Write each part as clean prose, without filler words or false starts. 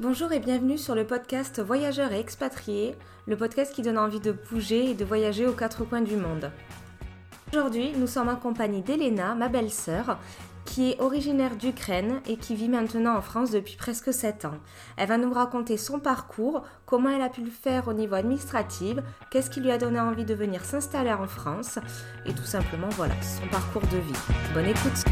Bonjour et bienvenue sur le podcast Voyageurs et expatriés, le podcast qui donne envie de bouger et de voyager aux quatre coins du monde. Aujourd'hui, nous sommes en compagnie d'Elena, ma belle-sœur, qui est originaire d'Ukraine et qui vit maintenant en France depuis presque 7 ans. Elle va nous raconter son parcours, comment elle a pu le faire au niveau administratif, qu'est-ce qui lui a donné envie de venir s'installer en France et tout simplement, voilà, son parcours de vie. Bonne écoute!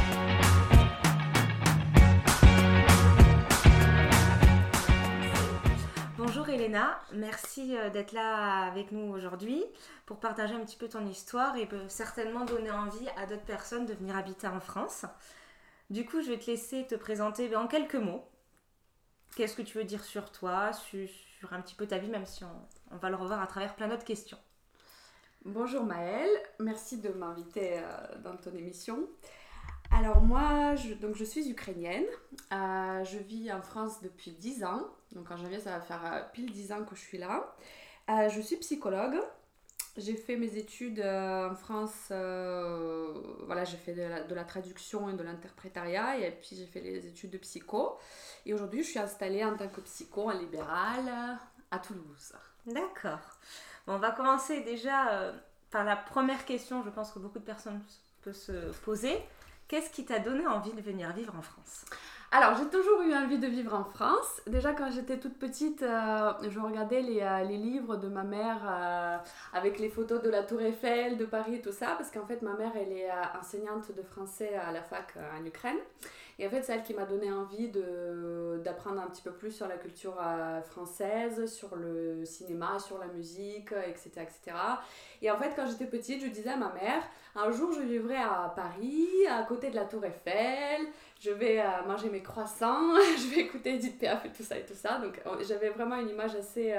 Bonjour Elena, merci d'être là avec nous aujourd'hui pour partager un petit peu ton histoire et certainement donner envie à d'autres personnes de venir habiter en France. Du coup, je vais te laisser te présenter en quelques mots. Qu'est-ce que tu veux dire sur toi, sur un petit peu ta vie, même si on va le revoir à travers plein d'autres questions. Bonjour Maëlle, merci de m'inviter dans ton émission. Alors moi, je suis ukrainienne, je vis en France depuis 10 ans, donc en janvier ça va faire pile 10 ans que je suis là. Je suis psychologue, j'ai fait mes études en France, j'ai fait de la traduction et de l'interprétariat et puis j'ai fait les études de psycho. Et aujourd'hui je suis installée en tant que psycho en libéral à Toulouse. D'accord. Bon, on va commencer déjà par la première question, je pense que beaucoup de personnes peuvent se poser. Qu'est-ce qui t'a donné envie de venir vivre en France ? Alors, j'ai toujours eu envie de vivre en France. Déjà, quand j'étais toute petite, je regardais les livres de ma mère avec les photos de la Tour Eiffel, de Paris et tout ça, parce qu'en fait, ma mère, elle est enseignante de français à la fac en Ukraine. Et en fait, c'est elle qui m'a donné envie d'apprendre un petit peu plus sur la culture française, sur le cinéma, sur la musique, etc., etc. Et en fait, quand j'étais petite, je disais à ma mère, un jour, je vivrai à Paris, à côté de la Tour Eiffel, je vais manger mes croissants, je vais écouter Edith Piaf et tout ça et tout ça. Donc, j'avais vraiment une image assez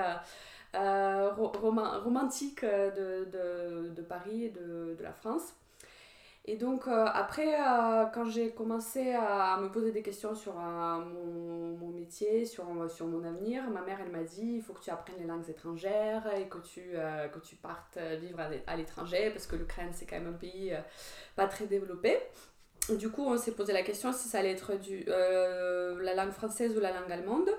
romantique de Paris et de la France. Et donc après, quand j'ai commencé à me poser des questions sur mon métier, sur mon avenir, ma mère elle m'a dit il faut que tu apprennes les langues étrangères et que tu partes vivre à l'étranger parce que l'Ukraine c'est quand même un pays pas très développé. Et du coup on s'est posé la question si ça allait être la langue française ou la langue allemande.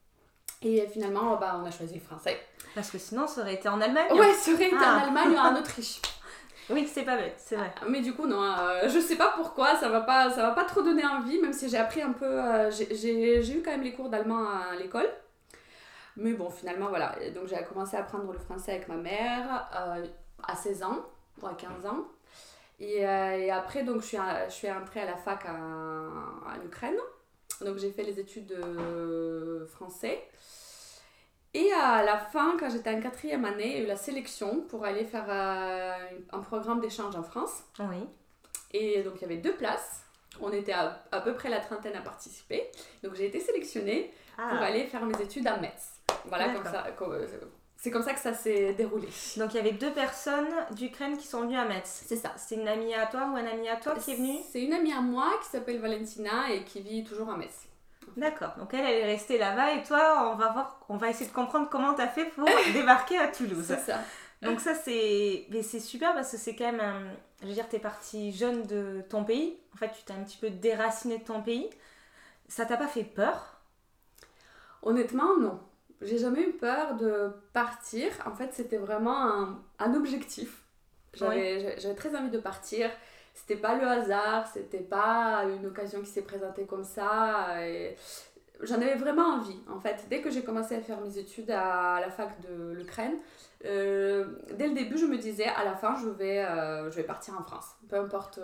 Et finalement on a choisi le français. Parce que sinon ça aurait été en Allemagne. Ouais, ça aurait été en Allemagne ou en Autriche. Oui, c'est pas bête, c'est vrai. Mais du coup, non, je sais pas pourquoi, ça va pas trop donner envie, même si j'ai appris un peu, j'ai eu quand même les cours d'allemand à l'école. Mais bon, finalement, voilà. Donc j'ai commencé à apprendre le français avec ma mère à 16 ans, ou à 15 ans. Et après, donc, je suis entrée à la fac en Ukraine. Donc j'ai fait les études de français. Et à la fin, quand j'étais en 4e année, il y a eu la sélection pour aller faire un programme d'échange en France. Oui. Et donc, il y avait 2 places. On était à peu près la trentaine à participer. Donc, j'ai été sélectionnée pour aller faire mes études à Metz. Voilà, c'est comme ça que ça s'est déroulé. Donc, il y avait 2 personnes d'Ukraine qui sont venues à Metz. C'est ça. C'est une amie à toi ou un ami à toi qui est venu ? C'est une amie à moi qui s'appelle Valentina et qui vit toujours à Metz. D'accord, donc elle est restée là-bas et toi, on va essayer de comprendre comment t'as fait pour débarquer à Toulouse. C'est ça. Donc ça, c'est super parce que c'est quand même, je veux dire, t'es partie jeune de ton pays. En fait, tu t'es un petit peu déracinée de ton pays. Ça t'a pas fait peur ? Honnêtement, non. J'ai jamais eu peur de partir. En fait, c'était vraiment un objectif. J'avais très envie de partir. C'était pas le hasard, c'était pas une occasion qui s'est présentée comme ça. Et j'en avais vraiment envie, en fait. Dès que j'ai commencé à faire mes études à la fac de l'Ukraine, dès le début, je me disais, à la fin, je vais partir en France. Peu importe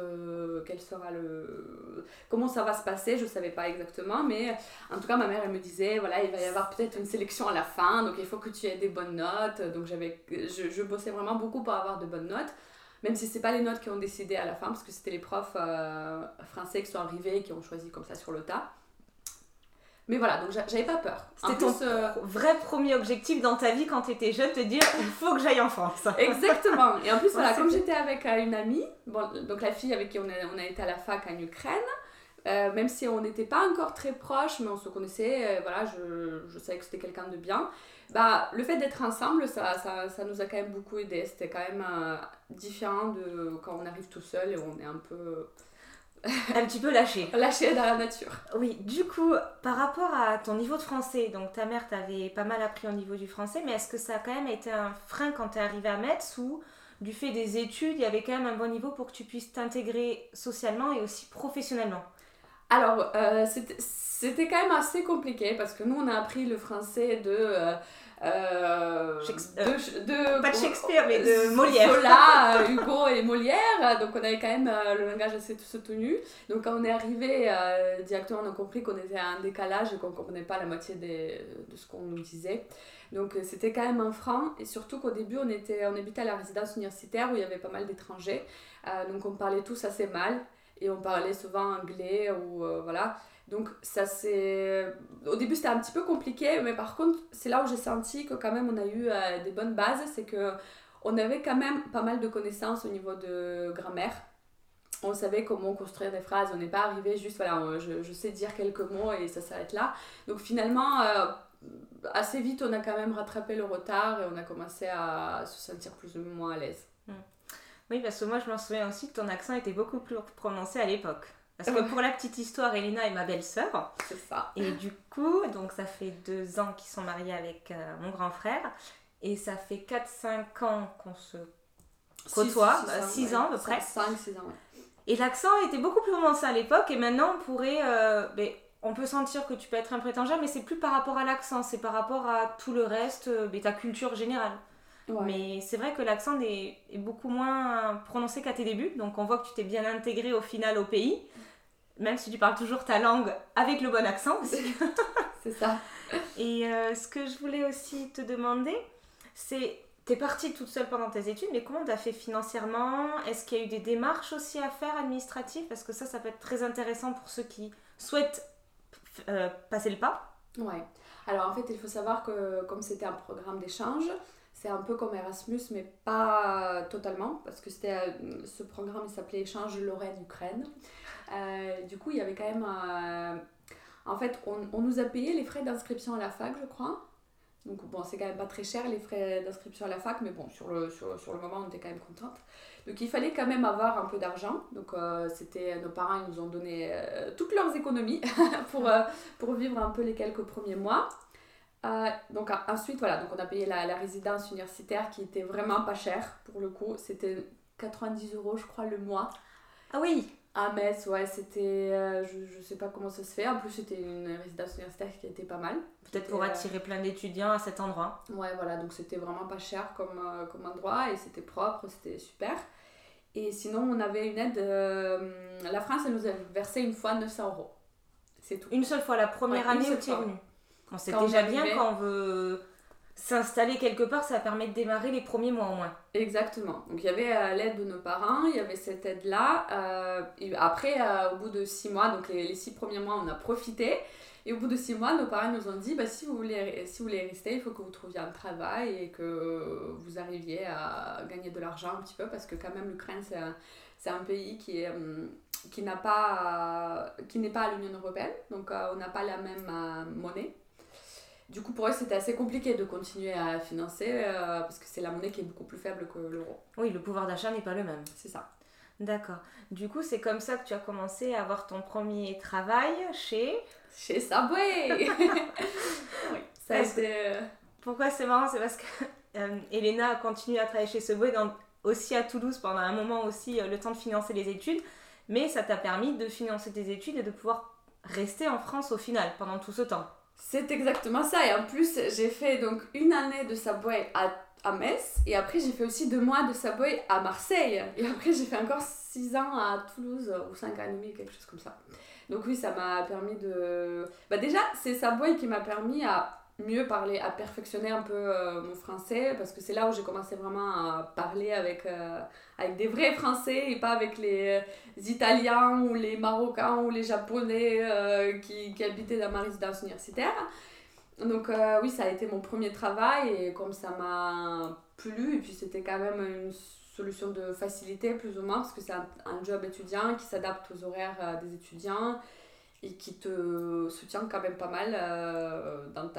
comment ça va se passer, je savais pas exactement. Mais en tout cas, ma mère, elle me disait, voilà, il va y avoir peut-être une sélection à la fin, donc il faut que tu aies des bonnes notes. Donc je bossais vraiment beaucoup pour avoir de bonnes notes. Même si c'est pas les notes qui ont décidé à la fin, parce que c'était les profs français qui sont arrivés et qui ont choisi comme ça sur le tas. Mais voilà, donc j'avais pas peur. C'était ton vrai premier objectif dans ta vie quand t'étais jeune, te dire il faut que j'aille en France. Exactement. Et en plus, voilà, comme j'étais avec une amie, donc la fille avec qui on a été à la fac en Ukraine, même si on n'était pas encore très proches, mais on se connaissait, voilà, je savais que c'était quelqu'un de bien. Bah, le fait d'être ensemble, ça nous a quand même beaucoup aidé. C'était quand même différent de quand on arrive tout seul et on est un peu Un petit peu lâché. Lâché dans la nature. Oui, du coup, par rapport à ton niveau de français, donc ta mère t'avait pas mal appris au niveau du français, mais est-ce que ça a quand même été un frein quand t'es arrivée à Metz ou du fait des études, il y avait quand même un bon niveau pour que tu puisses t'intégrer socialement et aussi professionnellement? Alors, c'était quand même assez compliqué parce que nous, on a appris le français Pas de Shakespeare, mais de Molière. Zola, Hugo et Molière. Donc, on avait quand même le langage assez soutenu. Donc, quand on est arrivé, directement, on a compris qu'on était à un décalage et qu'on ne comprenait pas la moitié de ce qu'on nous disait. Donc, c'était quand même un frein. Et surtout qu'au début, on habitait à la résidence universitaire où il y avait pas mal d'étrangers. Donc, on parlait tous assez mal. Et on parlait souvent anglais ou voilà. Donc au début c'était un petit peu compliqué, mais par contre c'est là où j'ai senti que quand même on a eu des bonnes bases, c'est que on avait quand même pas mal de connaissances au niveau de grammaire. On savait comment construire des phrases, on n'est pas arrivé juste voilà, je sais dire quelques mots et ça s'arrête là. Donc finalement assez vite on a quand même rattrapé le retard et on a commencé à se sentir plus ou moins à l'aise. Oui, parce que moi je m'en souviens aussi que ton accent était beaucoup plus prononcé à l'époque. Parce que pour la petite histoire, Elena est ma belle-sœur. C'est ça. Et du coup, donc ça fait 2 ans qu'ils sont mariés avec mon grand frère. Et ça fait 4-5 ans qu'on se côtoie. 6 ans à peu près. 5-6 ans, ouais. Et l'accent était beaucoup plus prononcé à l'époque. Et maintenant, on peut sentir que tu peux être un prétendant, mais c'est plus par rapport à l'accent. C'est par rapport à tout le reste, ta culture générale. Ouais. Mais c'est vrai que l'accent est beaucoup moins prononcé qu'à tes débuts. Donc on voit que tu t'es bien intégré au final au pays. Même si tu parles toujours ta langue avec le bon accent aussi. C'est ça. Et ce que je voulais aussi te demander, c'est, t'es partie toute seule pendant tes études, mais comment t'as fait financièrement? Est-ce qu'il y a eu des démarches aussi à faire administratives? Parce que ça peut être très intéressant pour ceux qui souhaitent passer le pas. Ouais. Alors en fait, il faut savoir que comme c'était un programme d'échange, c'est un peu comme Erasmus, mais pas totalement, parce que ce programme il s'appelait Échange Lorraine-Ukraine. Du coup, il y avait quand même... en fait, on nous a payé les frais d'inscription à la fac, je crois. Donc bon, c'est quand même pas très cher les frais d'inscription à la fac, mais bon, sur le moment, on était quand même contente. Donc il fallait quand même avoir un peu d'argent. Donc nos parents ils nous ont donné toutes leurs économies pour vivre un peu les quelques premiers mois. Donc ensuite voilà, donc on a payé la résidence universitaire qui était vraiment pas chère pour le coup, c'était 90 € je crois le mois. Ah oui. À Metz, ouais, c'était je sais pas comment ça se fait, en plus c'était une résidence universitaire qui était pas mal. Peut-être pour attirer plein d'étudiants à cet endroit. Ouais voilà, donc c'était vraiment pas cher comme endroit et c'était propre, c'était super. Et sinon on avait une aide, la France elle nous a versé une fois 900 €, c'est tout. Une seule fois, la première année où tu es venue. Bon, c'est déjà bien quand on veut s'installer quelque part, ça permet de démarrer les premiers mois au moins. Exactement. Donc il y avait l'aide de nos parents, il y avait cette aide-là. Et après, au bout de 6 mois, donc les 6 premiers mois, on a profité. Et au bout de 6 mois, nos parents nous ont dit si vous voulez rester, il faut que vous trouviez un travail et que vous arriviez à gagner de l'argent un petit peu, parce que quand même l'Ukraine, c'est un pays qui n'est pas à l'Union européenne, donc on n'a pas la même monnaie. Du coup, pour eux, c'était assez compliqué de continuer à financer parce que c'est la monnaie qui est beaucoup plus faible que l'euro. Oui, le pouvoir d'achat n'est pas le même. C'est ça. D'accord. Du coup, c'est comme ça que tu as commencé à avoir ton premier travail chez Subway. Oui, ça a été... Pourquoi c'est marrant? C'est parce que Elena a continué à travailler chez Subway aussi à Toulouse pendant un moment aussi, le temps de financer les études. Mais ça t'a permis de financer tes études et de pouvoir rester en France au final pendant tout ce temps. C'est exactement ça. Et en plus, j'ai fait donc 1 année de Subway à Metz. Et après, j'ai fait aussi 2 mois de Subway à Marseille. Et après, j'ai fait encore 6 ans à Toulouse, ou 5 ans et demi, quelque chose comme ça. Donc oui, ça m'a permis de... déjà, c'est Subway qui m'a permis à mieux parler, à perfectionner un peu mon français. Parce que c'est là où j'ai commencé vraiment à parler avec des vrais Français et pas avec les Italiens ou les Marocains ou les Japonais qui habitaient dans ma résidence universitaire. Donc oui, ça a été mon premier travail et comme ça m'a plu, et puis c'était quand même une solution de facilité plus ou moins, parce que c'est un job étudiant qui s'adapte aux horaires des étudiants et qui te soutient quand même pas mal dans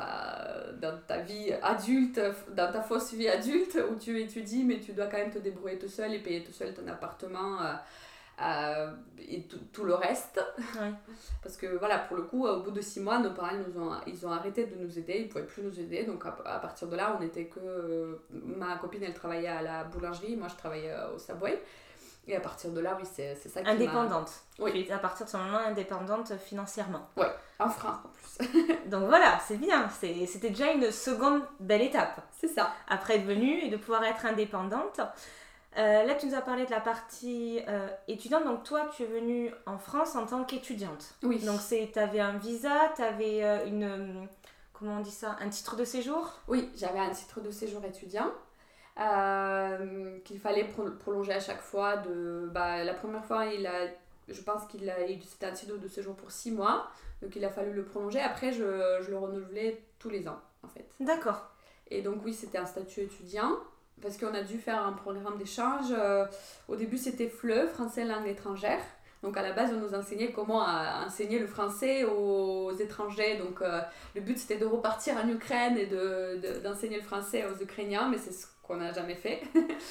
ta vie adulte, dans ta fausse vie adulte où tu étudies mais tu dois quand même te débrouiller tout seul et payer tout seul ton appartement et tout le reste. Ouais. Parce que voilà, pour le coup, au bout de 6 mois, nos parents ils ont arrêté de nous aider, ils ne pouvaient plus nous aider. Donc à partir de là, on était que... ma copine, elle travaillait à la boulangerie, moi je travaillais au Subway. Et à partir de là, oui, c'est ça qui Indépendante. Oui. Tu es à partir de ce moment indépendante financièrement. Ouais, en France en plus. Donc voilà, c'est bien. C'était déjà une seconde belle étape. C'est ça. Après être venue et de pouvoir être indépendante. Là, tu nous as parlé de la partie étudiante. Donc toi, tu es venue en France en tant qu'étudiante. Oui. Donc tu avais un visa, tu avais comment on dit ça, un titre de séjour? Oui, j'avais un titre de séjour étudiant. Qu'il fallait prolonger à chaque fois. La première fois, je pense c'était un titre de séjour pour 6 mois, donc il a fallu le prolonger. Après, je le renouvelais tous les ans, en fait. D'accord. Et donc oui, c'était un statut étudiant, parce qu'on a dû faire un programme d'échange. Au début, c'était FLE, français langue étrangère. Donc à la base, on nous enseignait comment enseigner le français aux étrangers. Donc le but, c'était de repartir en Ukraine et d'enseigner le français aux Ukrainiens, mais c'est ce qu'on n'a jamais fait.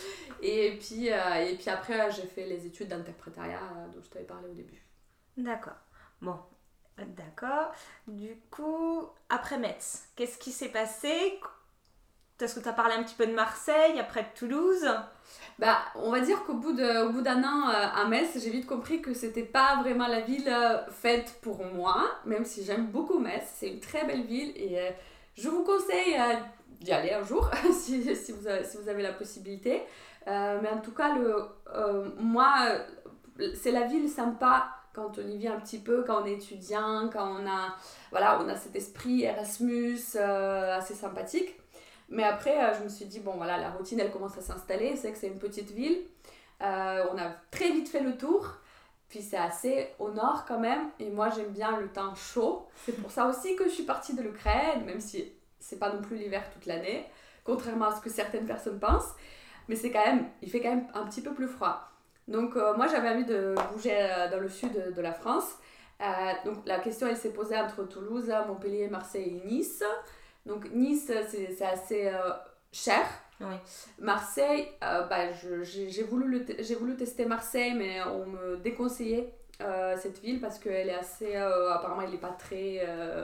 et puis après, j'ai fait les études d'interprétariat dont je t'avais parlé au début. D'accord. Bon, d'accord. Du coup, après Metz, qu'est-ce qui s'est passé? Est-ce que tu as parlé un petit peu de Marseille, après de Toulouse? On va dire qu'au bout d'un an à Metz, j'ai vite compris que c'était pas vraiment la ville faite pour moi, même si j'aime beaucoup Metz. C'est une très belle ville et je vous conseille d'y aller un jour si vous avez la possibilité. Mais en tout cas, moi, c'est la ville sympa quand on y vit un petit peu, quand on est étudiant, quand on a cet esprit Erasmus assez sympathique. Mais après, je me suis dit, bon voilà, la routine, elle commence à s'installer. C'est que c'est une petite ville. On a très vite fait le tour. Puis c'est assez au nord quand même. Et moi, j'aime bien le temps chaud. C'est pour ça aussi que je suis partie de l'Ukraine, même si c'est pas non plus l'hiver toute l'année, contrairement à ce que certaines personnes pensent. Mais il fait quand même un petit peu plus froid. Donc moi, j'avais envie de bouger dans le sud de la France. Donc la question, elle s'est posée entre Toulouse, Montpellier, Marseille et Nice. Donc Nice, c'est assez cher. Oui. Marseille, j'ai voulu tester Marseille, mais on me déconseillait cette ville parce qu'elle est assez... apparemment, elle n'est pas très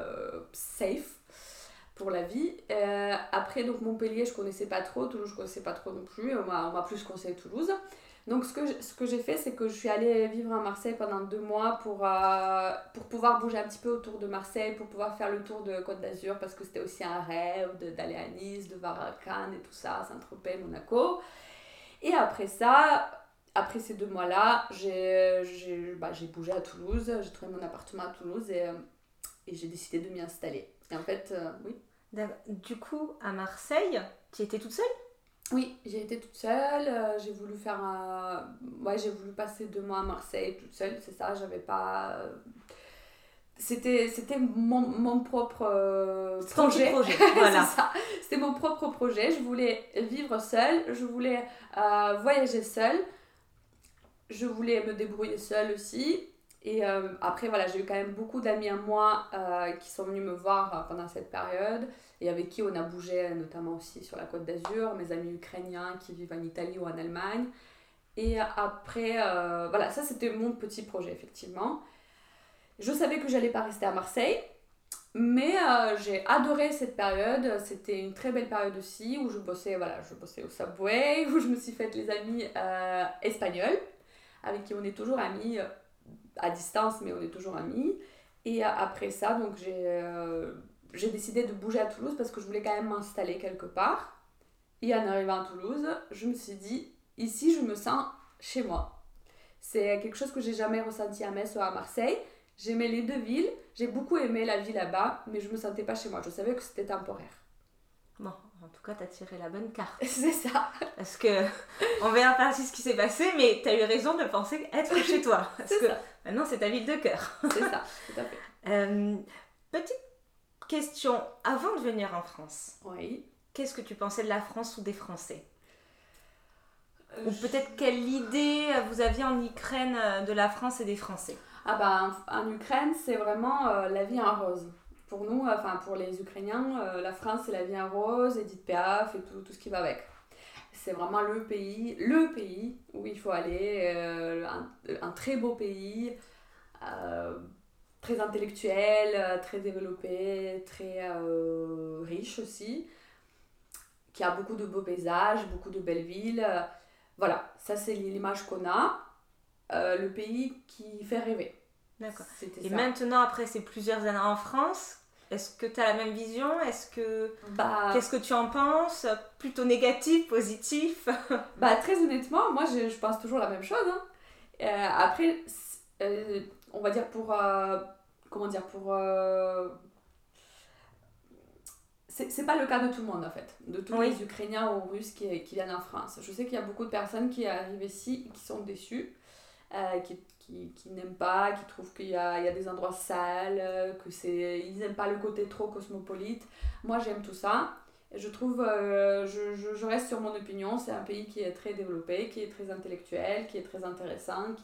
safe pour la vie. Après, donc Montpellier, je connaissais pas trop. Toulouse, je connaissais pas trop non plus. On m'a plus conseillé Toulouse. Donc ce que j'ai fait, c'est que je suis allée vivre à Marseille pendant 2 mois pour pouvoir bouger un petit peu autour de Marseille, pour pouvoir faire le tour de Côte d'Azur, parce que c'était aussi un rêve d'aller à Nice, de voir Cannes et tout ça, Saint-Tropez, Monaco. Et après ça, après ces 2 mois-là, j'ai bougé à Toulouse, j'ai trouvé mon appartement à Toulouse et j'ai décidé de m'y installer. Et en fait, oui. Du coup, à Marseille, tu étais toute seule? Oui, j'ai été toute seule, j'ai voulu j'ai voulu passer 2 mois à Marseille toute seule, c'est ça, j'avais pas... C'était mon propre projet. Voilà. C'est ça, c'était mon propre projet, je voulais vivre seule, je voulais voyager seule, je voulais me débrouiller seule aussi. Et après, voilà, j'ai eu quand même beaucoup d'amis à moi qui sont venus me voir pendant cette période et avec qui on a bougé, notamment aussi sur la Côte d'Azur, mes amis ukrainiens qui vivent en Italie ou en Allemagne. Et après, voilà, ça c'était mon petit projet, effectivement. Je savais que j'allais pas rester à Marseille, mais j'ai adoré cette période. C'était une très belle période aussi où je bossais au Subway, où je me suis fait les amis espagnols, avec qui on est toujours amis. À distance, mais on est toujours amis. Et après ça, donc j'ai décidé de bouger à Toulouse parce que je voulais quand même m'installer quelque part. Et en arrivant à Toulouse, je me suis dit, ici, je me sens chez moi. C'est quelque chose que j'ai jamais ressenti à Metz ou à Marseille. J'aimais les 2 villes, j'ai beaucoup aimé la vie là-bas, mais je me sentais pas chez moi. Je savais que c'était temporaire. Bon, en tout cas, t'as tiré la bonne carte. C'est ça. Parce que on verra pas ce qui s'est passé, mais t'as eu raison de penser être chez toi. Parce que maintenant, c'est ta ville de cœur. C'est ça, tout à fait. Petite question, avant de venir en France, oui. Qu'est-ce que tu pensais de la France ou des Français? Ou peut-être quelle idée vous aviez en Ukraine de la France et des Français? En Ukraine, c'est vraiment la vie en rose. Pour nous, pour les Ukrainiens, la France, c'est la vie en rose, Edith Piaf et tout ce qui va avec. C'est vraiment le pays où il faut aller, un très beau pays, très intellectuel, très développé, très riche aussi, qui a beaucoup de beaux paysages, beaucoup de belles villes. Voilà, ça c'est l'image qu'on a, le pays qui fait rêver. D'accord. C'était Et ça. maintenant, après ces plusieurs années en France, est-ce que tu as la même vision? Qu'est-ce que tu en penses? Plutôt négatif, positif? Très honnêtement, moi je pense toujours la même chose. Hein. Après, on va dire c'est pas le cas de tout le monde en fait, de tous les Ukrainiens ou Russes qui viennent en France. Je sais qu'il y a beaucoup de personnes qui arrivent ici et qui sont déçues, qui n'aiment pas, qui trouvent qu'il y a des endroits sales, ils n'aiment pas le côté trop cosmopolite. Moi j'aime tout ça. Je trouve, je reste sur mon opinion, c'est un pays qui est très développé, qui est très intellectuel, qui est très intéressant,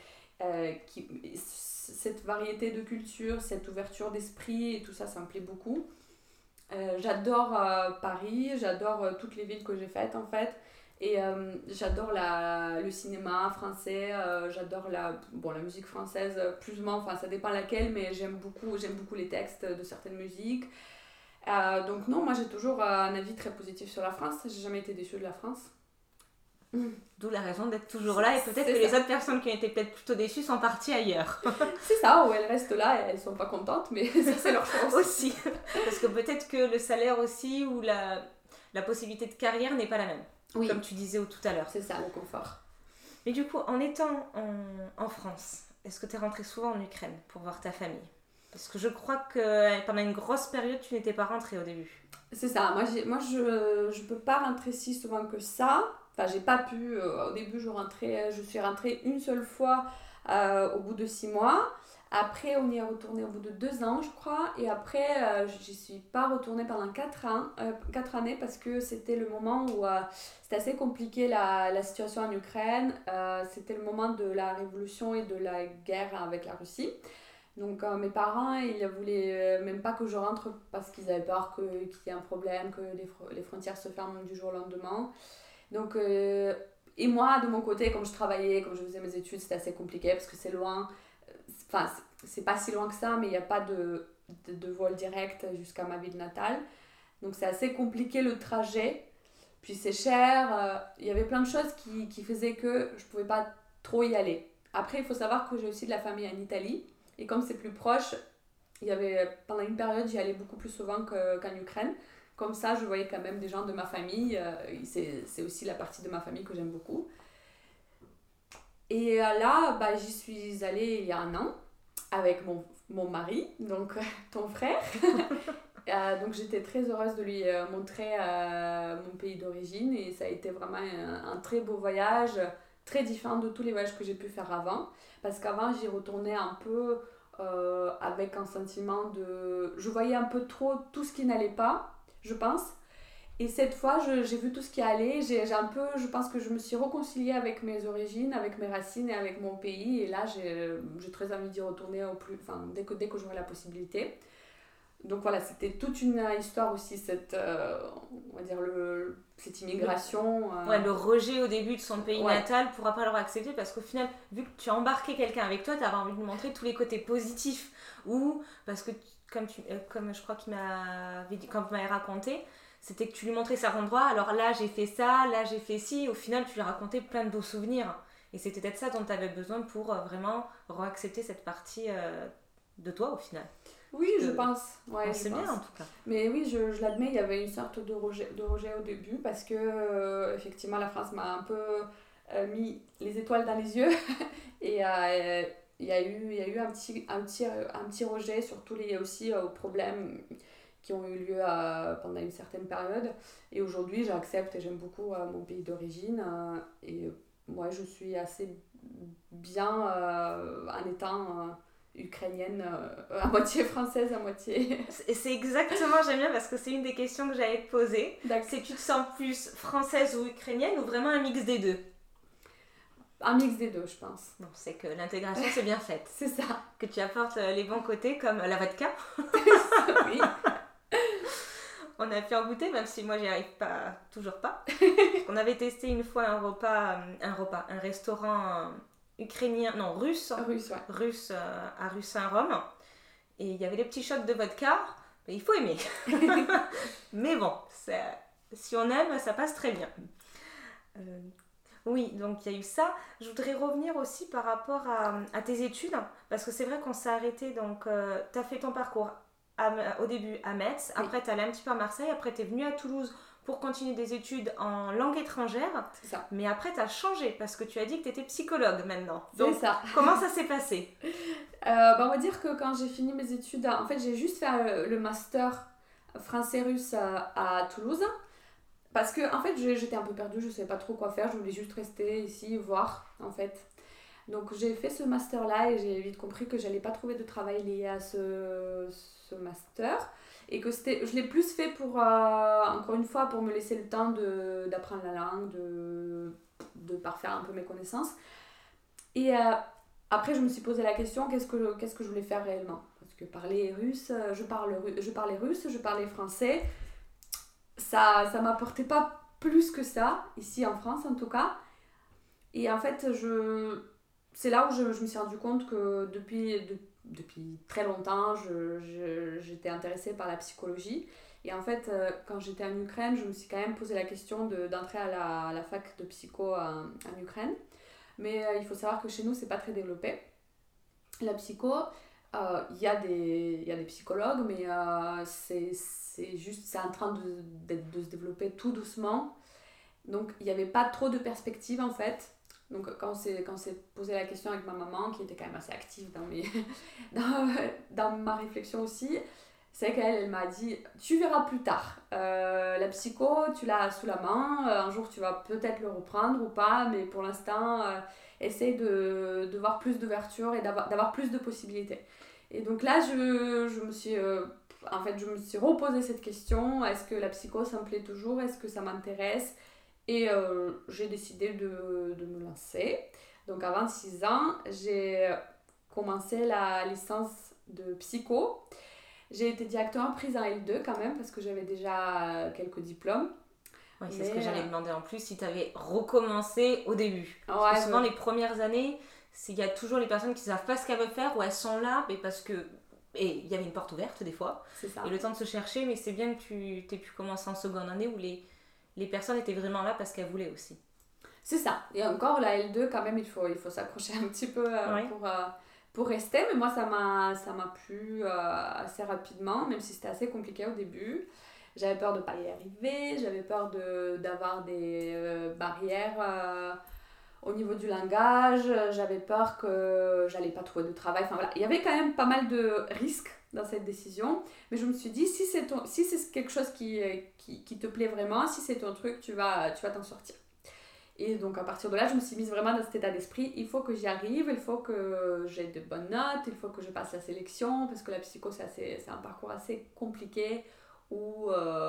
cette variété de culture, cette ouverture d'esprit et tout ça, ça me plaît beaucoup. J'adore Paris, j'adore toutes les villes que j'ai faites en fait, et j'adore le cinéma français, j'adore la musique française, plus ou moins, enfin ça dépend laquelle, mais j'aime beaucoup les textes de certaines musiques. Donc non, moi j'ai toujours un avis très positif sur la France, j'ai jamais été déçue de la France. D'où la raison d'être toujours là, et peut-être que les autres personnes qui ont été peut-être plutôt déçues sont parties ailleurs. C'est ça, ou elles restent là et elles sont pas contentes, mais ça c'est leur choix aussi. Parce que peut-être que le salaire aussi, ou la possibilité de carrière n'est pas la même, comme tu disais tout à l'heure. C'est ça, le confort. Mais du coup, en étant en France, est-ce que tu es rentrée souvent en Ukraine pour voir ta famille? Parce que je crois que pendant une grosse période, tu n'étais pas rentrée au début. C'est ça, moi je peux pas rentrer si souvent que ça. Enfin, j'ai pas pu, au début je suis rentrée une seule fois au bout de 6 mois. Après, on y est retourné au bout de 2 ans, je crois. Et après, j'y suis pas retournée pendant 4 années parce que c'était le moment où c'était assez compliqué la situation en Ukraine. C'était le moment de la révolution et de la guerre avec la Russie. Donc mes parents, ils voulaient même pas que je rentre parce qu'ils avaient peur qu'il y ait un problème, que les frontières se ferment du jour au lendemain. Donc, et moi, de mon côté, comme je travaillais, comme je faisais mes études, c'était assez compliqué parce que c'est loin. Enfin, c'est pas si loin que ça, mais il n'y a pas de vol direct jusqu'à ma ville natale. Donc c'est assez compliqué le trajet. Puis c'est cher. Il y avait plein de choses qui faisaient que je pouvais pas trop y aller. Après, il faut savoir que j'ai aussi de la famille en Italie. Et comme c'est plus proche, pendant une période, j'y allais beaucoup plus souvent qu'en Ukraine. Comme ça, je voyais quand même des gens de ma famille. C'est aussi la partie de ma famille que j'aime beaucoup. Et là, j'y suis allée il y a 1 an avec mon mari, donc ton frère. Donc j'étais très heureuse de lui montrer mon pays d'origine. Et ça a été vraiment un très beau voyage, très différent de tous les voyages que j'ai pu faire avant. Parce qu'avant, j'y retournais un peu avec un sentiment de... Je voyais un peu trop tout ce qui n'allait pas, je pense. Et cette fois, j'ai vu tout ce qui allait. Je pense que je me suis réconciliée avec mes origines, avec mes racines et avec mon pays. Et là, j'ai très envie d'y retourner dès que j'aurai la possibilité. Donc voilà, c'était toute une histoire aussi, on va dire cette immigration. Le rejet au début de son pays natal pour après l'avoir accepté, parce qu'au final, vu que tu as embarqué quelqu'un avec toi, tu avais envie de lui montrer tous les côtés positifs. Ou parce que, comme je crois qu'il m'avait dit, quand vous m'avez raconté, c'était que tu lui montrais certains endroits, alors là j'ai fait ça, là j'ai fait ci, au final tu lui racontais plein de beaux souvenirs. Et c'était peut-être ça dont tu avais besoin pour vraiment réaccepter cette partie de toi au final. Oui, je pense. Ouais, c'est bien en tout cas. Mais oui, je l'admets, il y avait une sorte de rejet au début parce que effectivement la France m'a un peu mis les étoiles dans les yeux et il y a eu un petit rejet sur tous les aussi problèmes qui ont eu lieu pendant une certaine période. Et aujourd'hui, j'accepte et j'aime beaucoup mon pays d'origine et moi je suis assez bien en étant ukrainienne, à moitié française, à moitié... C'est exactement, j'aime bien parce que c'est une des questions que j'allais te poser. C'est que tu te sens plus française ou ukrainienne ou vraiment un mix des deux? Un mix des deux, je pense. Bon, c'est que l'intégration c'est bien faite. C'est ça. Que tu apportes les bons côtés comme la vodka. Oui. on a pu en goûter, même si moi j'y arrive pas, toujours pas. On avait testé une fois un restaurant ukrainien, non russe, russe à rue Saint-Rome. Et il y avait des petits shots de vodka, mais il faut aimer. Mais bon, si on aime, ça passe très bien. Oui, donc il y a eu ça. Je voudrais revenir aussi par rapport à tes études, parce que c'est vrai qu'on s'est arrêté, donc tu as fait ton parcours au début à Metz, après tu es allé un petit peu à Marseille, après tu es venu à Toulouse pour continuer des études en langue étrangère. C'est ça. Mais après tu as changé, parce que tu as dit que tu étais psychologue maintenant. Donc, c'est ça. Comment ça s'est passé? On va dire que quand j'ai fini mes études, en fait j'ai juste fait le master français-russe à Toulouse. Parce que en fait j'étais un peu perdue, je ne savais pas trop quoi faire, je voulais juste rester ici, voir en fait. Donc j'ai fait ce master là et j'ai vite compris que j'allais pas trouver de travail lié à ce master. Et que je l'ai plus fait pour, encore une fois, pour me laisser le temps d'apprendre la langue, de parfaire un peu mes connaissances. Et après je me suis posé la question, qu'est-ce que je voulais faire réellement? Parce que parler russe, je parlais russe, je parlais français. Ça m'apportait pas plus que ça, ici en France en tout cas. Et en fait, c'est là où je me suis rendu compte que depuis très longtemps, j'étais intéressée par la psychologie. Et en fait, quand j'étais en Ukraine, je me suis quand même posé la question d'entrer à la fac de psycho en Ukraine. Mais il faut savoir que chez nous, c'est pas très développé. La psycho, il y a des psychologues, mais c'est en train de se développer tout doucement. Donc il n'y avait pas trop de perspectives en fait. Donc quand on s'est posé la question avec ma maman, qui était quand même assez active dans ma réflexion aussi, c'est qu'elle m'a dit tu verras plus tard. La psycho, tu l'as sous la main, un jour tu vas peut-être le reprendre ou pas, mais pour l'instant essaye de voir plus d'ouverture et d'avoir plus de possibilités. Et donc là je me suis reposé cette question, est-ce que la psycho ça me plaît toujours, est-ce que ça m'intéresse? Et j'ai décidé de me lancer. Donc à 26 ans, j'ai commencé la licence de psycho. J'ai été directement prise en L2 quand même parce que j'avais déjà quelques diplômes. Oui, c'est ce que j'allais demander en plus, si tu avais recommencé au début. Ouais, parce que souvent les premières années, il y a toujours les personnes qui ne savent pas ce qu'elles veulent faire ou elles sont là, mais parce que... Et il y avait une porte ouverte des fois. C'est ça. Et le temps de se chercher, mais c'est bien que tu aies pu commencer en seconde année où les personnes étaient vraiment là parce qu'elles voulaient aussi. C'est ça. Et encore, la L2, quand même, il faut s'accrocher un petit peu pour rester. Mais moi, ça m'a plu assez rapidement, même si c'était assez compliqué au début. J'avais peur de ne pas y arriver. J'avais peur d'avoir des barrières au niveau du langage. J'avais peur que j'allais pas trouver de travail. Enfin, voilà. Il y avait quand même pas mal de risques dans cette décision, mais je me suis dit si c'est quelque chose qui te plaît vraiment, si c'est ton truc, tu vas t'en sortir. Et donc à partir de là, je me suis mise vraiment dans cet état d'esprit, il faut que j'y arrive, il faut que j'ai de bonnes notes, il faut que je passe la sélection, parce que la psycho c'est un parcours assez compliqué où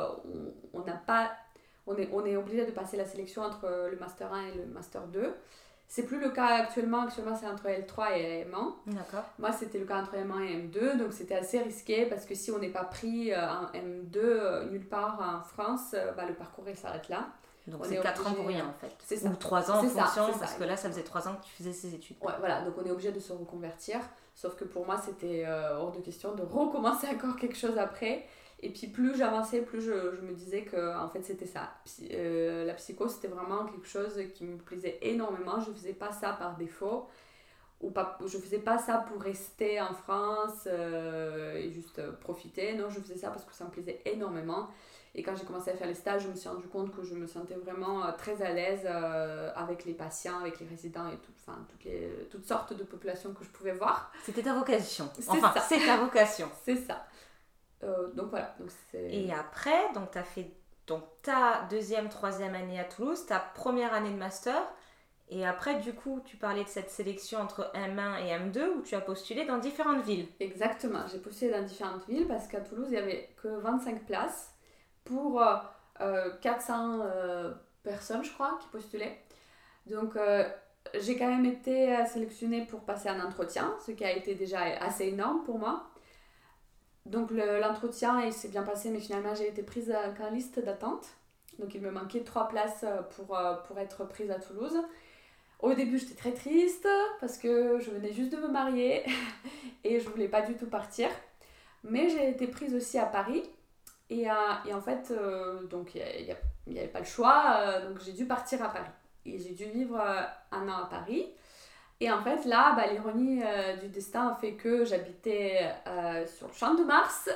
on est obligé de passer la sélection entre le master 1 et le master 2. C'est plus le cas actuellement c'est entre L3 et M1. D'accord. Moi, c'était le cas entre M1 et M2, donc c'était assez risqué parce que si on n'est pas pris en M2 nulle part en France, le parcours il s'arrête là. Donc c'est 4 ans pour rien en fait. C'est ça. Ou 3 ans en fonction, parce ça. que là ça faisait 3 ans que tu faisais ces études. Ouais, voilà, donc on est obligé de se reconvertir. Sauf que pour moi, c'était hors de question de recommencer encore quelque chose après. Et puis plus j'avançais, plus je me disais que en fait c'était ça. La psycho c'était vraiment quelque chose qui me plaisait énormément. Je faisais pas ça par défaut. Je faisais pas ça pour rester en France et juste profiter. Non, je faisais ça parce que ça me plaisait énormément. Et quand j'ai commencé à faire les stages, je me suis rendu compte que je me sentais vraiment très à l'aise avec les patients, avec les résidents et toutes sortes de populations que je pouvais voir. C'était ta vocation. C'est ta vocation. C'est ça. Donc voilà. Et après, tu as fait ta deuxième, troisième année à Toulouse, ta première année de master. Et après, du coup, tu parlais de cette sélection entre M1 et M2 où tu as postulé dans différentes villes. Exactement. J'ai postulé dans différentes villes parce qu'à Toulouse, il n'y avait que 25 places pour 400 personnes, je crois, qui postulaient. Donc, j'ai quand même été sélectionnée pour passer un entretien, ce qui a été déjà assez énorme pour moi. Donc l'entretien il s'est bien passé, mais finalement j'ai été prise en liste d'attente. Donc il me manquait 3 places pour être prise à Toulouse. Au début j'étais très triste parce que je venais juste de me marier et je voulais pas du tout partir. Mais j'ai été prise aussi à Paris et en fait, donc il n'y avait pas le choix, donc j'ai dû partir à Paris. Et j'ai dû vivre 1 an à Paris. Et en fait, là, l'ironie du destin a fait que j'habitais sur le Champ de Mars,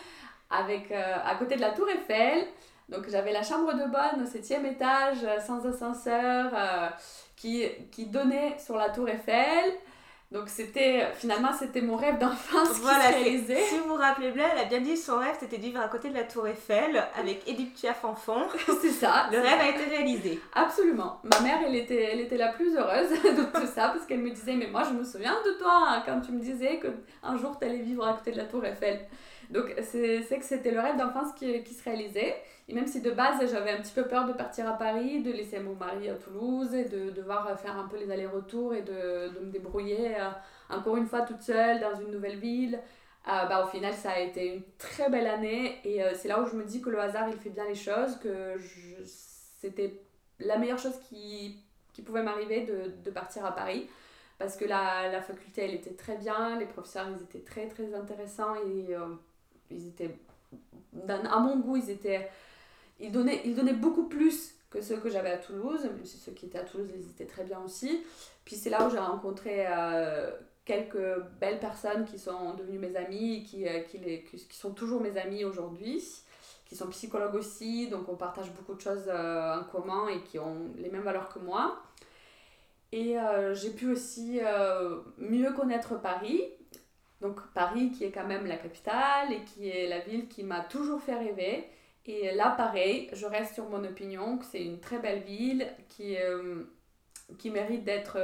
à côté de la Tour Eiffel. Donc j'avais la chambre de bonne au 7e étage, sans ascenseur, qui donnait sur la Tour Eiffel. Donc finalement c'était mon rêve d'enfance qui se réalisait. Si vous vous rappelez bien, elle a bien dit son rêve c'était de vivre à côté de la Tour Eiffel avec Edith Piaf en fond. C'est ça. Le rêve a été réalisé. Absolument. Ma mère elle était la plus heureuse de tout ça parce qu'elle me disait mais moi je me souviens de toi hein, quand tu me disais qu'un jour tu allais vivre à côté de la Tour Eiffel. Donc c'est que c'était le rêve d'enfance qui se réalisait. Et même si de base j'avais un petit peu peur de partir à Paris, de laisser mon mari à Toulouse et de devoir faire un peu les allers-retours et de me débrouiller encore une fois toute seule dans une nouvelle ville, au final ça a été une très belle année et c'est là où je me dis que le hasard il fait bien les choses, que c'était la meilleure chose qui pouvait m'arriver de partir à Paris. Parce que la faculté elle était très bien, les professeurs ils étaient très très intéressants et ils étaient, à mon goût, ils donnaient beaucoup plus que ceux que j'avais à Toulouse, même si ceux qui étaient à Toulouse, ils étaient très bien aussi. Puis c'est là où j'ai rencontré quelques belles personnes qui sont devenues mes amies, qui sont toujours mes amies aujourd'hui, qui sont psychologues aussi, donc on partage beaucoup de choses en commun et qui ont les mêmes valeurs que moi. Et j'ai pu aussi mieux connaître Paris. Donc Paris qui est quand même la capitale et qui est la ville qui m'a toujours fait rêver. Et là pareil, je reste sur mon opinion que c'est une très belle ville qui mérite d'être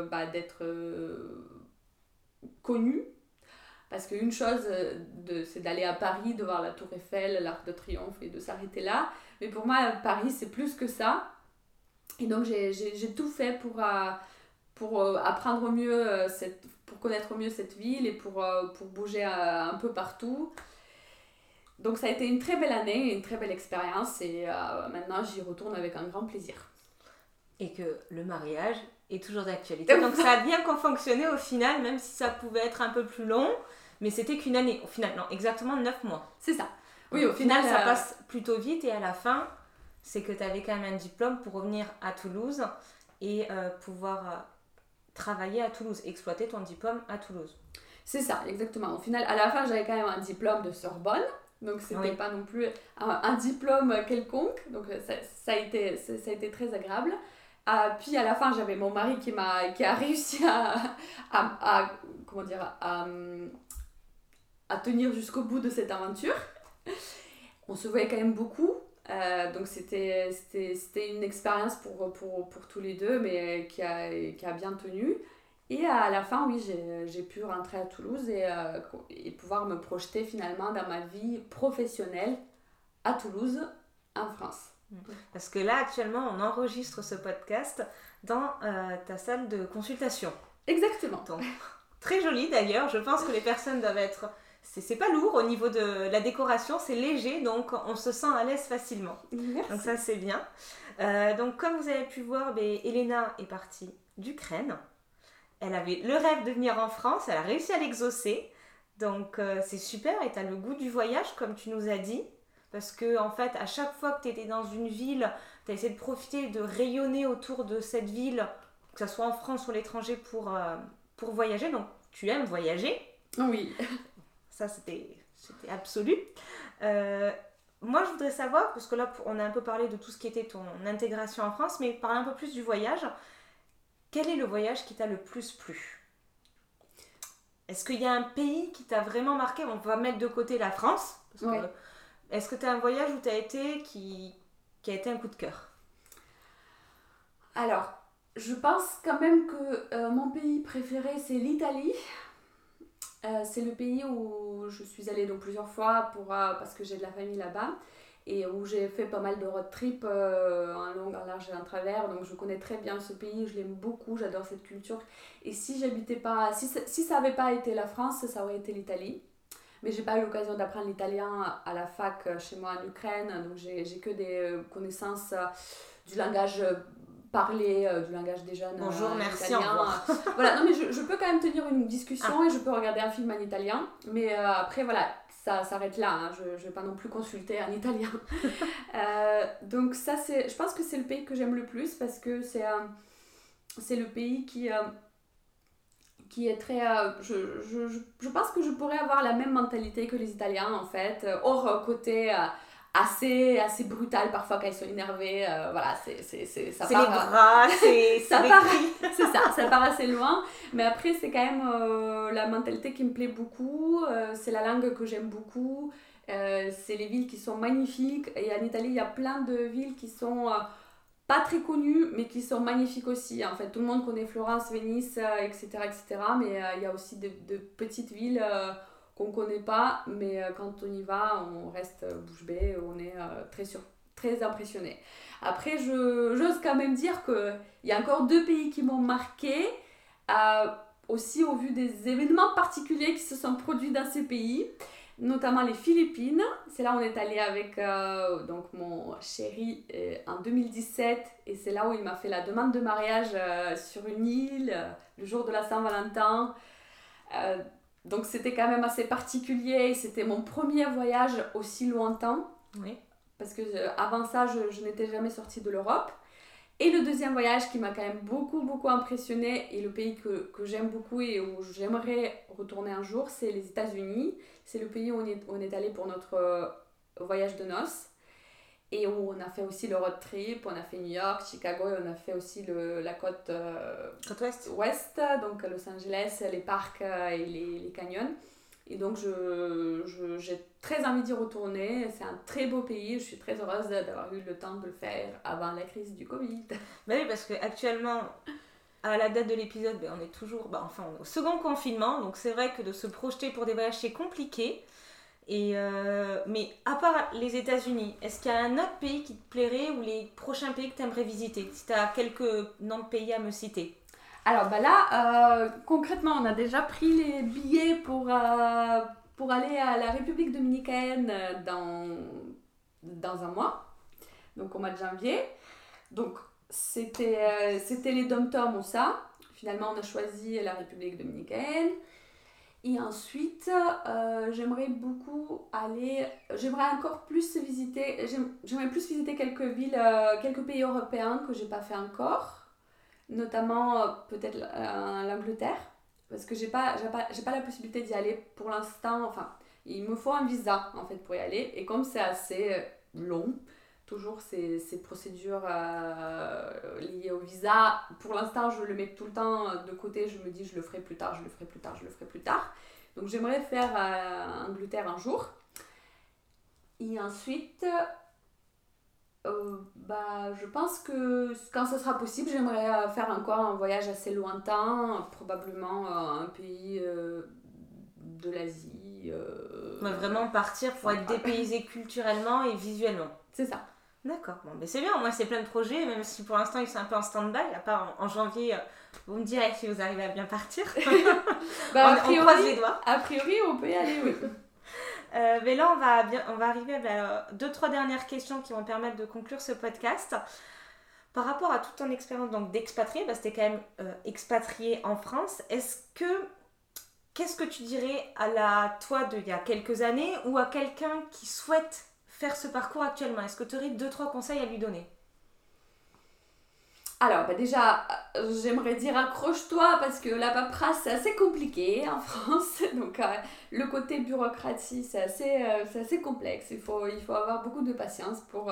connue. Parce qu'une chose, c'est d'aller à Paris, de voir la Tour Eiffel, l'Arc de Triomphe et de s'arrêter là. Mais pour moi, Paris, c'est plus que ça. Et donc j'ai tout fait pour apprendre mieux, pour connaître mieux cette ville et pour bouger un peu partout. Donc ça a été une très belle année, une très belle expérience et maintenant j'y retourne avec un grand plaisir. Et que le mariage est toujours d'actualité. Donc ça a bien fonctionné au final, même si ça pouvait être un peu plus long, mais c'était qu'une année. Au final, non, exactement 9 mois. C'est ça. Oui, au final ça passe plutôt vite et à la fin, c'est que tu avais quand même un diplôme pour revenir à Toulouse et pouvoir travailler à Toulouse, exploiter ton diplôme à Toulouse. C'est ça, exactement. Au final, à la fin, j'avais quand même un diplôme de Sorbonne, donc c'était pas non plus un diplôme quelconque, donc ça a été très agréable. Puis à la fin, j'avais mon mari qui a réussi à tenir jusqu'au bout de cette aventure. On se voyait quand même beaucoup. Donc c'était une expérience pour tous les deux, mais qui a bien tenu. Et à la fin, oui, j'ai pu rentrer à Toulouse et pouvoir me projeter finalement dans ma vie professionnelle à Toulouse, en France. Parce que là, actuellement, on enregistre ce podcast dans ta salle de consultation. Exactement. Donc, très joli d'ailleurs, je pense que les personnes doivent être... C'est pas lourd au niveau de la décoration, c'est léger, donc on se sent à l'aise facilement. Merci. Donc ça, c'est bien. Donc comme vous avez pu voir, Elena est partie d'Ukraine. Elle avait le rêve de venir en France, elle a réussi à l'exaucer. Donc c'est super et tu as le goût du voyage, comme tu nous as dit. Parce que en fait, à chaque fois que tu étais dans une ville, tu as essayé de profiter, de rayonner autour de cette ville, que ce soit en France ou à l'étranger, pour voyager. Donc tu aimes voyager. Oui. Ça, c'était absolu. Moi, je voudrais savoir, parce que là, on a un peu parlé de tout ce qui était ton intégration en France, mais parler un peu plus du voyage. Quel est le voyage qui t'a le plus plu ? Est-ce qu'il y a un pays qui t'a vraiment marqué ? On va mettre de côté la France. Parce que, est-ce que tu as un voyage où tu as été qui a été un coup de cœur ? Alors, je pense quand même que mon pays préféré, c'est l'Italie. C'est le pays où je suis allée donc plusieurs fois parce que j'ai de la famille là-bas et où j'ai fait pas mal de road trip en long, en large et en travers, donc je connais très bien ce pays, je l'aime beaucoup, j'adore cette culture et si ça n'avait pas été la France, ça aurait été l'Italie mais j'ai pas eu l'occasion d'apprendre l'italien à la fac chez moi en Ukraine, donc j'ai que des connaissances du langage parlé, du langage des jeunes. Bonjour, merci, italien. au revoir. Voilà, non mais je peux quand même tenir une discussion et je peux regarder un film en italien, mais après voilà, ça s'arrête là, hein. Je vais pas non plus consulter en italien. Donc ça je pense que c'est le pays que j'aime le plus parce que c'est le pays qui est très... je pense que je pourrais avoir la même mentalité que les Italiens en fait, hors côté assez brutal parfois quand ils sont énervés, voilà, ça C'est part, les bras, c'est ça les part, cris. c'est ça part assez loin, mais après c'est quand même la mentalité qui me plaît beaucoup, c'est la langue que j'aime beaucoup, c'est les villes qui sont magnifiques, et en Italie il y a plein de villes qui sont pas très connues mais qui sont magnifiques aussi, en fait tout le monde connaît Florence, Venise, etc., mais il y a aussi de petites villes qu'on connaît pas, mais quand on y va on reste bouche bée, on est très impressionné. Après j'ose quand même dire qu'il y a encore 2 pays qui m'ont marqué, aussi au vu des événements particuliers qui se sont produits dans ces pays, notamment les Philippines. C'est là où on est allé avec donc mon chéri en 2017, et c'est là où il m'a fait la demande de mariage sur une île le jour de la Saint-Valentin. Donc c'était quand même assez particulier, c'était mon premier voyage aussi lointain, Oui. parce que avant ça je n'étais jamais sortie de l'Europe. Et le deuxième voyage qui m'a quand même beaucoup impressionné, et le pays que j'aime beaucoup et où j'aimerais retourner un jour, c'est les États-Unis. C'est le pays où on est allé pour notre voyage de noces, et où on a fait aussi le road trip. On a fait New York, Chicago, et on a fait aussi la côte ouest, donc Los Angeles, les parcs et les canyons. Et donc j'ai très envie d'y retourner, c'est un très beau pays, je suis très heureuse d'avoir eu le temps de le faire avant la crise du Covid. Oui, parce qu'actuellement, à la date de l'épisode, on est toujours, on est au second confinement, donc c'est vrai que de se projeter pour des voyages c'est compliqué. Mais à part les États-Unis, est-ce qu'il y a un autre pays qui te plairait, ou les prochains pays que tu aimerais visiter, si tu as quelques noms de pays à me citer? Alors là, concrètement, on a déjà pris les billets pour aller à la République dominicaine dans un mois, donc au mois de janvier. Donc c'était les dom-toms ou ça. Finalement, on a choisi la République dominicaine. Et ensuite, j'aimerais encore plus visiter, j'aimerais plus visiter quelques villes, quelques pays européens que j'ai pas fait encore. Notamment peut-être l'Angleterre, parce que j'ai pas la possibilité d'y aller pour l'instant. Enfin, il me faut un visa en fait pour y aller, et comme c'est assez long, toujours ces procédures liées au visa, pour l'instant je le mets tout le temps de côté, je me dis je le ferai plus tard. Donc j'aimerais faire Angleterre un jour, et ensuite je pense que quand ce sera possible, j'aimerais faire encore un voyage assez lointain, probablement un pays de l'Asie. Vraiment partir pour être dépaysé culturellement et visuellement. C'est ça. D'accord, mais c'est bien, moi c'est plein de projets, même si pour l'instant ils sont un peu en stand-by, à part en janvier, vous me direz si vous arrivez à bien partir. On croise les doigts. A priori, on peut y aller, oui. Mais là, on va arriver à 2-3 dernières questions qui vont permettre de conclure ce podcast. Par rapport à toute ton expérience d'expatrié, c'était quand même expatrié en France, qu'est-ce que tu dirais à la toi d'il y a quelques années, ou à quelqu'un qui souhaite faire ce parcours actuellement? Est-ce que tu aurais 2-3 conseils à lui donner? Alors, déjà, j'aimerais dire accroche-toi, parce que la paperasse, c'est assez compliqué en France. Donc, le côté bureaucratie, c'est assez complexe. Il faut avoir beaucoup de patience pour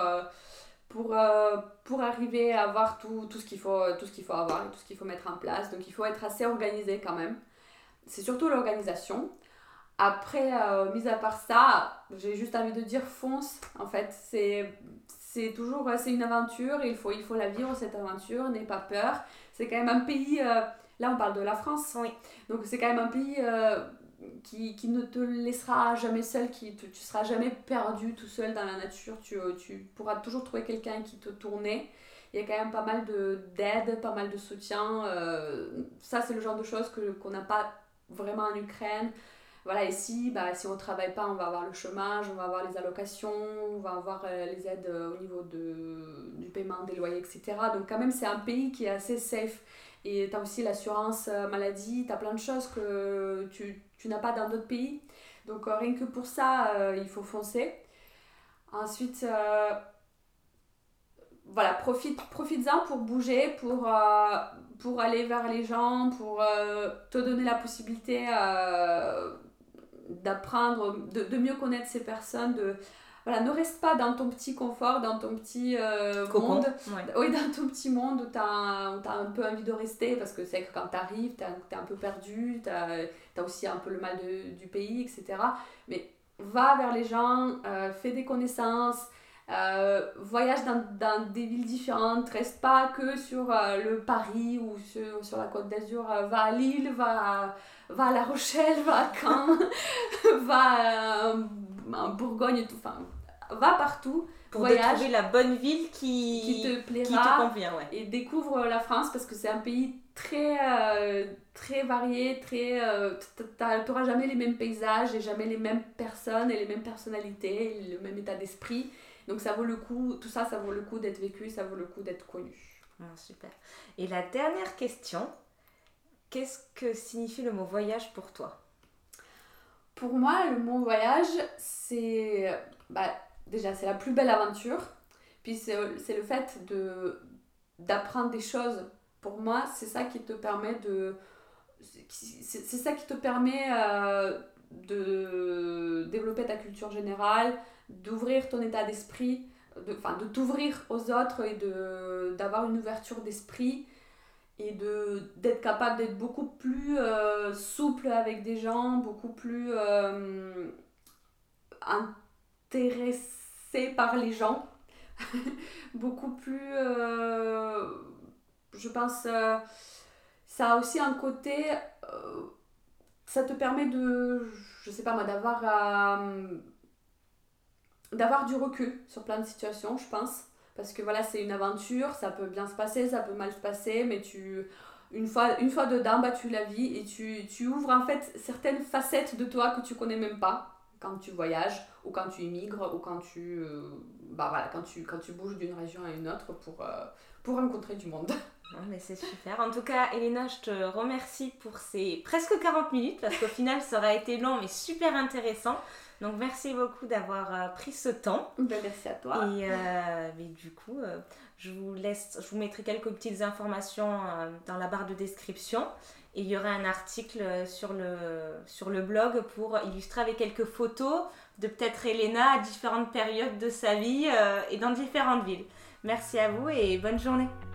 arriver à avoir tout ce qu'il faut avoir et tout ce qu'il faut mettre en place. Donc, il faut être assez organisé quand même. C'est surtout l'organisation. Après, mis à part ça, j'ai juste envie de dire fonce. En fait, c'est une aventure, et il faut la vivre, cette aventure. N'aie pas peur. C'est quand même un pays, là on parle de la France, oui. Donc c'est quand même un pays qui ne te laissera jamais seul, tu seras jamais perdu tout seul dans la nature. Tu pourras toujours trouver quelqu'un qui te tournait. Il y a quand même pas mal d'aide, pas mal de soutien. Ça, c'est le genre de choses qu'on n'a pas vraiment en Ukraine. Voilà, ici, si on ne travaille pas, on va avoir le chômage, on va avoir les allocations, on va avoir les aides au niveau du paiement des loyers, etc. Donc quand même, c'est un pays qui est assez safe. Et tu as aussi l'assurance maladie, tu as plein de choses que tu n'as pas dans d'autres pays. Donc rien que pour ça, il faut foncer. Ensuite, voilà, profites-en pour bouger, pour aller vers les gens, pour te donner la possibilité d'apprendre, de mieux connaître ces personnes, voilà, ne reste pas dans ton petit confort, dans ton petit monde. Ouais. Oui, dans ton petit monde où t'as un peu envie de rester, parce que c'est que quand t'arrives, t'es un peu perdu, t'as aussi un peu le mal du pays, etc. Mais va vers les gens, fais des connaissances, voyage dans des villes différentes, reste pas que sur le Paris ou sur la Côte d'Azur, va à Lille, va à La Rochelle, va à Caen, va en Bourgogne et tout, enfin, va partout, Pour voyage, trouver la bonne ville qui te plaira, qui te convient, ouais. et découvre la France parce que c'est un pays très, très varié, t'auras jamais les mêmes paysages et jamais les mêmes personnes et les mêmes personnalités et le même état d'esprit. Donc ça vaut le coup, tout ça, ça vaut le coup d'être vécu, ça vaut le coup d'être connu. Super. Et la dernière question, qu'est-ce que signifie le mot voyage pour toi ? Pour moi, le mot voyage, c'est déjà c'est la plus belle aventure. Puis c'est le fait d'apprendre des choses. Pour moi, c'est ça qui te permet de développer ta culture générale, d'ouvrir ton état d'esprit, de t'ouvrir aux autres et d'avoir une ouverture d'esprit et d'être capable d'être beaucoup plus souple avec des gens, beaucoup plus intéressé par les gens, beaucoup plus je pense ça a aussi un côté ça te permet je sais pas moi, d'avoir du recul sur plein de situations, je pense. Parce que voilà, c'est une aventure, ça peut bien se passer, ça peut mal se passer, mais une fois dedans, tu la vis et tu ouvres en fait certaines facettes de toi que tu connais même pas quand tu voyages, ou quand tu immigres, ou quand quand tu bouges d'une région à une autre pour rencontrer du monde. Non, mais c'est super. En tout cas, Elena, je te remercie pour ces presque 40 minutes, parce qu'au final, ça aura été long, mais super intéressant. Donc, merci beaucoup d'avoir pris ce temps. Merci à toi. Et mais du coup, je vous mettrai quelques petites informations dans la barre de description. Et il y aura un article sur le blog pour illustrer avec quelques photos de peut-être Elena à différentes périodes de sa vie et dans différentes villes. Merci à vous et bonne journée.